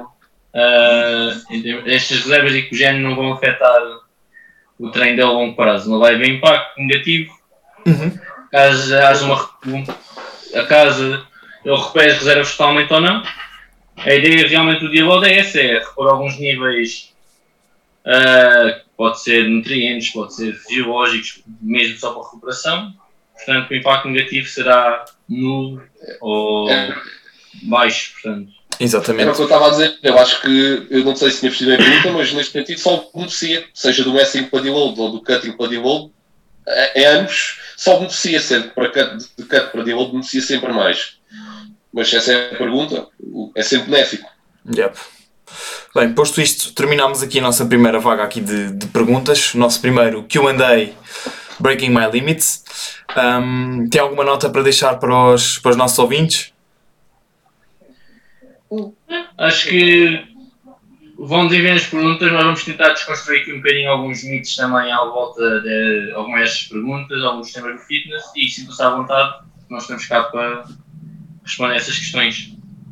Uh, estas reservas de glicogênio não vão afetar o treino dele a longo prazo. Não vai haver impacto negativo. Uhum. Caso haja uma. Caso ele recupere as reservas totalmente ou não. A ideia realmente do Diabode é essa, é repor alguns níveis, uh, pode ser nutrientes, pode ser fisiológicos, mesmo só para recuperação. Portanto, o impacto negativo será nulo ou É. baixo, portanto. Exatamente. Era o que eu estava a dizer. Eu acho que, eu não sei se tinha percebido a pergunta, mas neste sentido só beneficia, seja do messing para deload ou do cutting para deload, em ambos só beneficia sempre, para cut, de cut para deload beneficia sempre mais. Mas essa é a pergunta, é sempre benéfico. Yep. Bem, posto isto, terminamos aqui a nossa primeira vaga aqui de, de perguntas. O nosso primeiro Q and A, Breaking My Limits. Um, tem alguma nota para deixar para os, para os nossos ouvintes? Acho que vão desenvolver as perguntas, nós vamos tentar desconstruir aqui um bocadinho alguns mitos também à volta de algumas destas perguntas, alguns temas do fitness, e sintam-se à vontade, nós estamos cá para responder a essas questões.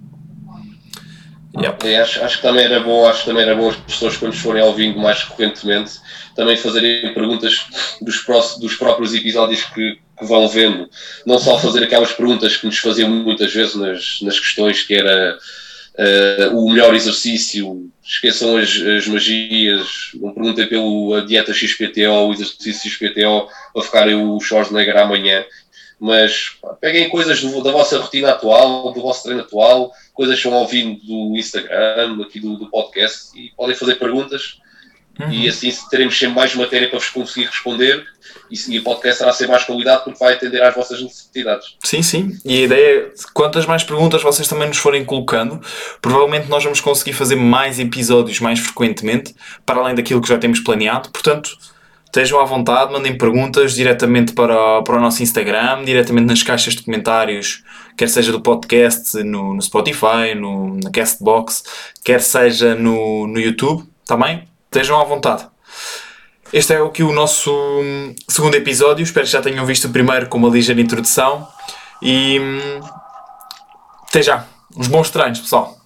Yep. É, acho, acho que também era bom, acho que também era bom as pessoas, quando nos forem ouvindo mais recorrentemente, também fazerem perguntas dos, pró- dos próprios episódios que, que vão vendo. Não só fazer aquelas perguntas que nos faziam muitas vezes nas, nas questões, que era uh, o melhor exercício, esqueçam as, as magias, não perguntem pela dieta X P T O, o exercício X P T O, para ficarem o Schwarzenegger amanhã. Mas pá, peguem coisas do, da vossa rotina atual, do vosso treino atual, coisas que vão ouvindo do Instagram, aqui do, do podcast, e podem fazer perguntas, uhum. E assim teremos sempre mais matéria para vos conseguir responder, e, e o podcast será ser mais qualidade porque vai atender às vossas necessidades. Sim, sim, e a ideia é, quantas mais perguntas vocês também nos forem colocando, provavelmente nós vamos conseguir fazer mais episódios mais frequentemente, para além daquilo que já temos planeado. Portanto, estejam à vontade, mandem perguntas diretamente para, para o nosso Instagram, diretamente nas caixas de comentários, quer seja do podcast, no, no Spotify, no, na Castbox, quer seja no, no YouTube, também, estejam à vontade. Este é aqui o nosso segundo episódio, espero que já tenham visto o primeiro com uma ligeira introdução, e até já, uns bons treinos, pessoal.